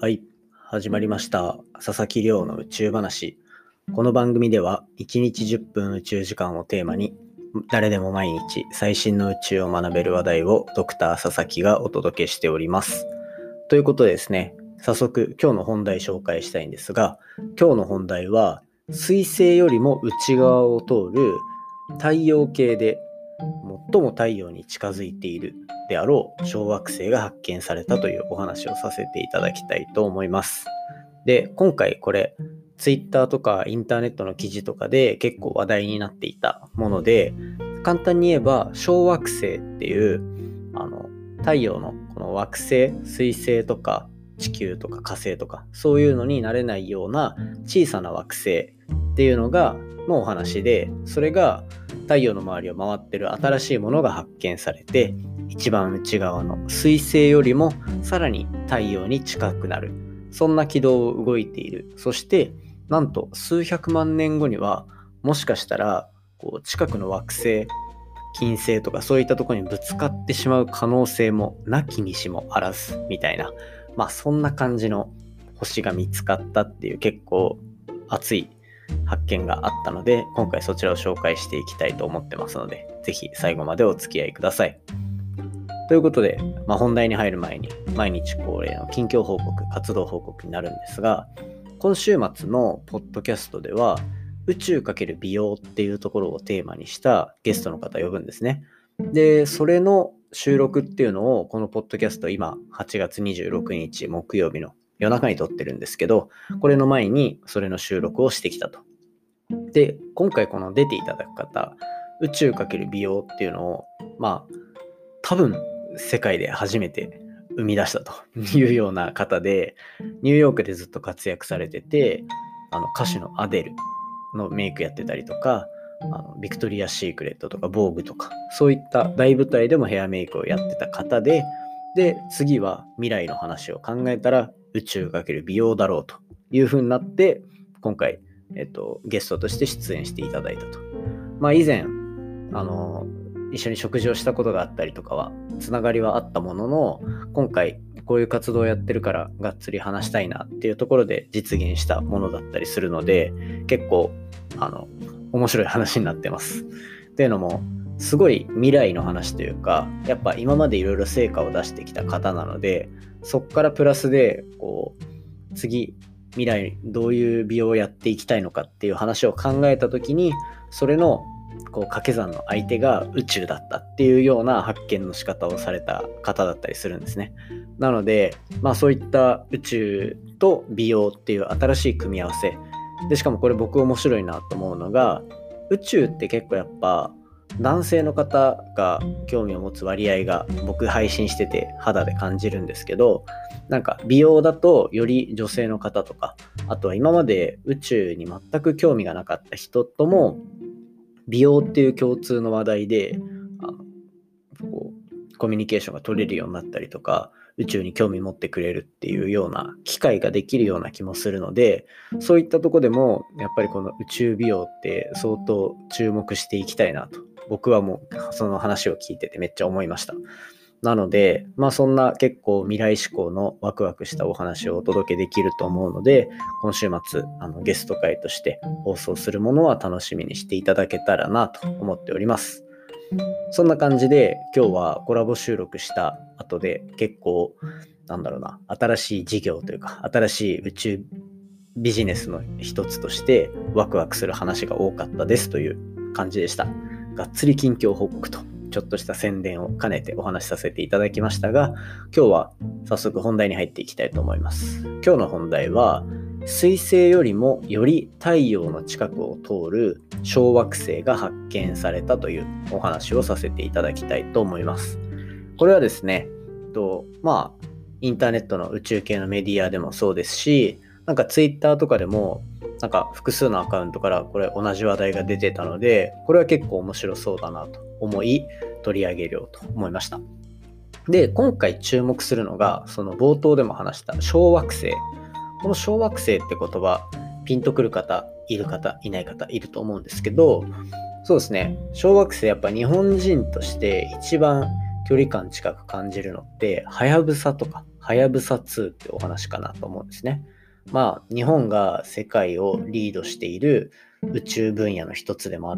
はい、始まりました。佐々木亮の宇宙話。この番組では1日10分宇宙時間をテーマに誰でも毎日最新の宇宙を学べる話題をドクター佐々木がお届けしております。ということでですね、早速今日の本題紹介したいんですが、今日の本題は水星よりも内側を通る太陽系で最も太陽に近づいているであろう小惑星が発見されたというお話をさせていただきたいと思います。で、今回これツイッターとかインターネットの記事とかで結構話題になっていたもので、簡単に言えば小惑星っていう太陽のこの惑星、水星とか地球とか火星とかそういうのになれないような小さな惑星っていうののお話で、それが太陽の周りを回ってる新しいものが発見されて、一番内側の水星よりもさらに太陽に近くなる、そんな軌道を動いている。そしてなんと数百万年後にはもしかしたら近くの惑星、金星とかそういったところにぶつかってしまう可能性もなきにしもあらずみたいな、そんな感じの星が見つかったっていう結構熱い発見があったので、今回そちらを紹介していきたいと思ってますので、ぜひ最後までお付き合いください。ということで、本題に入る前に毎日恒例の近況報告、活動報告になるんですが、今週末のポッドキャストでは宇宙×美容っていうところをテーマにしたゲストの方を呼ぶんですね。で、それの収録っていうのをこのポッドキャスト今8月26日木曜日の夜中に撮ってるんですけど、これの前にそれの収録をしてきたと。で、今回この出ていただく方、宇宙×美容っていうのを多分世界で初めて生み出したというような方で、ニューヨークでずっと活躍されてて、歌手のアデルのメイクやってたりとか、ビクトリア・シークレットとかボーグとかそういった大舞台でもヘアメイクをやってた方で、次は未来の話を考えたら宇宙×美容だろうという風になって、今回、ゲストとして出演していただいたと。以前一緒に食事をしたことがあったりとかはつながりはあったものの、今回こういう活動をやってるからがっつり話したいなっていうところで実現したものだったりするので、結構面白い話になってます。っていうのもすごい未来の話というか、やっぱ今までいろいろ成果を出してきた方なので、そっからプラスで次未来どういう美容をやっていきたいのかっていう話を考えた時に、それの掛け算の相手が宇宙だったっていうような発見の仕方をされた方だったりするんですね。なので、そういった宇宙と美容っていう新しい組み合わせで、しかもこれ僕面白いなと思うのが、宇宙って結構やっぱ男性の方が興味を持つ割合が僕配信してて肌で感じるんですけど、美容だとより女性の方とか、あとは今まで宇宙に全く興味がなかった人とも美容っていう共通の話題でコミュニケーションが取れるようになったりとか、宇宙に興味持ってくれるっていうような機会ができるような気もするので、そういったとこでもやっぱりこの宇宙美容って相当注目していきたいなと、僕はもうその話を聞いててめっちゃ思いました。なので、そんな結構未来志向のワクワクしたお話をお届けできると思うので、今週末ゲスト会として放送するものは楽しみにしていただけたらなと思っております。そんな感じで今日はコラボ収録した後で結構新しい事業というか新しい宇宙ビジネスの一つとしてワクワクする話が多かったですという感じでした。がっつり近況報告とちょっとした宣伝を兼ねてお話しさせていただきましたが、今日は早速本題に入っていきたいと思います。今日の本題は水星よりもより太陽の近くを通る小惑星が発見されたというお話をさせていただきたいと思います。これはですね、インターネットの宇宙系のメディアでもそうですし、ツイッターとかでも複数のアカウントからこれ同じ話題が出てたので、これは結構面白そうだなと思い取り上げようと思いました。で、今回注目するのがその冒頭でも話した小惑星。この小惑星って言葉ピンとくる方いる方いない方いると思うんですけど、そうですね、小惑星やっぱ日本人として一番距離感近く感じるのってはやぶさとかはやぶさ2ってお話かなと思うんですね。日本が世界をリードしている宇宙分野の一つでもあって、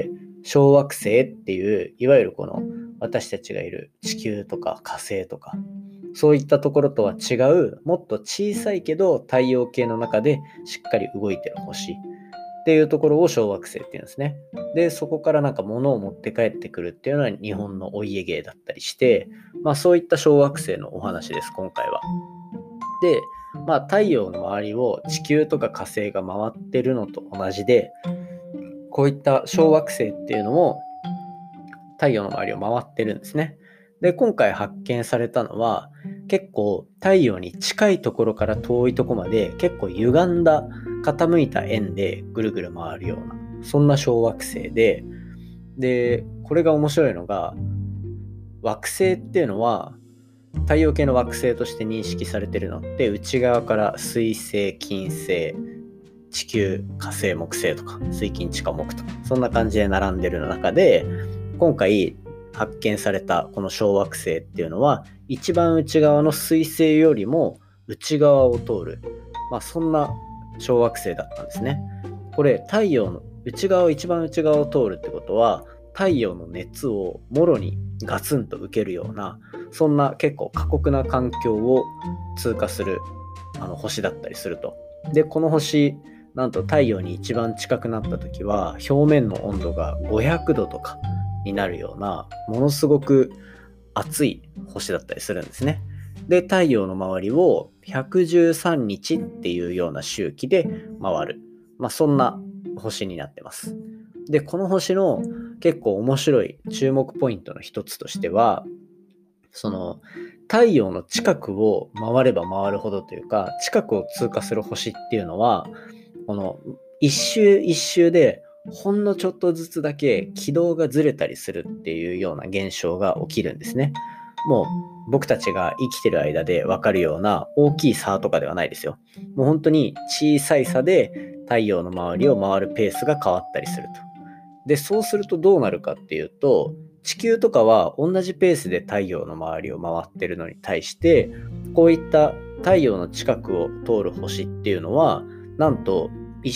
小惑星っていういわゆるこの私たちがいる地球とか火星とかそういったところとは違う、もっと小さいけど太陽系の中でしっかり動いてる星っていうところを小惑星っていうんですね。で、そこから物を持って帰ってくるっていうのは日本のお家芸だったりして、そういった小惑星のお話です、今回は。で、太陽の周りを地球とか火星が回ってるのと同じで、こういった小惑星っていうのも太陽の周りを回ってるんですね。で、今回発見されたのは結構太陽に近いところから遠いところまで結構歪んだ傾いた円でぐるぐる回るようなそんな小惑星で、これが面白いのが惑星っていうのは太陽系の惑星として認識されてるのって内側から水星、金星、地球、火星、木星とか水金地下木とかそんな感じで並んでる中で今回発見されたこの小惑星っていうのは一番内側の水星よりも内側を通る、そんな小惑星だったんですね。これ太陽の一番内側を通るってことは太陽の熱をもろにガツンと受けるようなそんな結構過酷な環境を通過する星だったりすると。でこの星なんと太陽に一番近くなった時は表面の温度が500度とかになるようなものすごく熱い星だったりするんですね。で太陽の周りを113日っていうような周期で回る、そんな星になってます。でこの星の結構面白い注目ポイントの一つとしてはその太陽の近くを回れば回るほどというか近くを通過する星っていうのはこの一周一周でほんのちょっとずつだけ軌道がずれたりするっていうような現象が起きるんですね。もう僕たちが生きてる間で分かるような大きい差とかではないですよ。もう本当に小さい差で太陽の周りを回るペースが変わったりすると。で、そうするとどうなるかっていうと、地球とかは同じペースで太陽の周りを回ってるのに対して、こういった太陽の近くを通る星っていうのは、なんと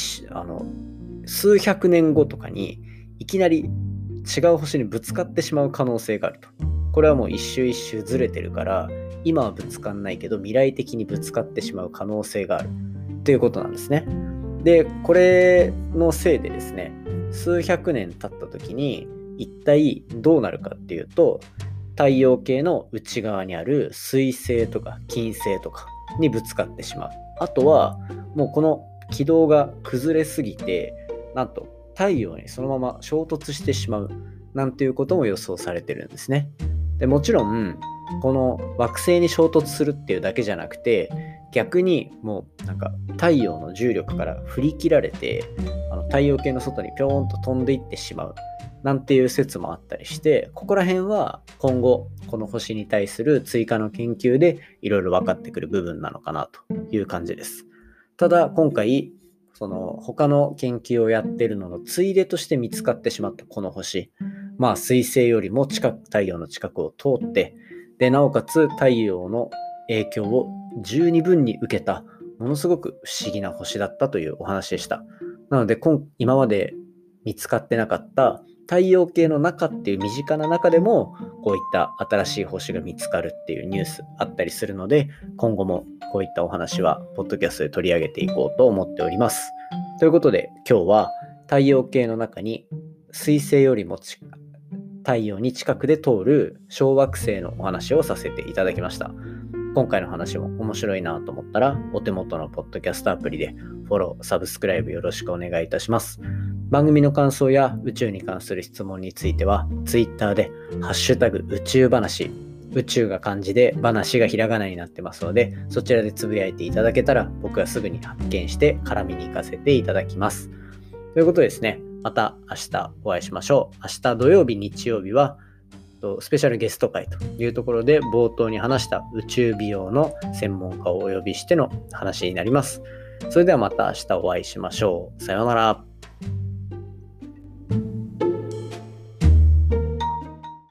数百年後とかにいきなり違う星にぶつかってしまう可能性があると。これはもう一周一周ずれてるから、今はぶつかんないけど未来的にぶつかってしまう可能性があるということなんですね。で、これのせいでですね、数百年経った時に一体どうなるかっていうと太陽系の内側にある水星とか金星とかにぶつかってしまう。あとはもうこの軌道が崩れすぎてなんと太陽にそのまま衝突してしまうなんていうことも予想されてるんですね。でもちろんこの惑星に衝突するっていうだけじゃなくて逆にもう太陽の重力から振り切られて太陽系の外にピョーンと飛んでいってしまうなんていう説もあったりして、ここら辺は今後この星に対する追加の研究でいろいろ分かってくる部分なのかなという感じです。ただ今回その他の研究をやっているののついでとして見つかってしまったこの星、水星よりも太陽の近くを通ってでなおかつ太陽の影響を十二分に受けたものすごく不思議な星だったというお話でした。なので今まで見つかってなかった太陽系の中っていう身近な中でもこういった新しい星が見つかるっていうニュースあったりするので今後もこういったお話はポッドキャストで取り上げていこうと思っております。ということで今日は太陽系の中に水星よりも太陽に近くで通る小惑星のお話をさせていただきました。今回の話も面白いなと思ったらお手元のポッドキャストアプリでフォロー、サブスクライブよろしくお願いいたします。番組の感想や宇宙に関する質問については Twitter でハッシュタグ宇宙話、宇宙が漢字で話がひらがなになってますのでそちらでつぶやいていただけたら僕はすぐに発見して絡みに行かせていただきます。ということでですね、また明日お会いしましょう。明日土曜日、日曜日はスペシャルゲスト会というところで冒頭に話した宇宙美容の専門家をお呼びしての話になります。それではまた明日お会いしましょう。さようなら。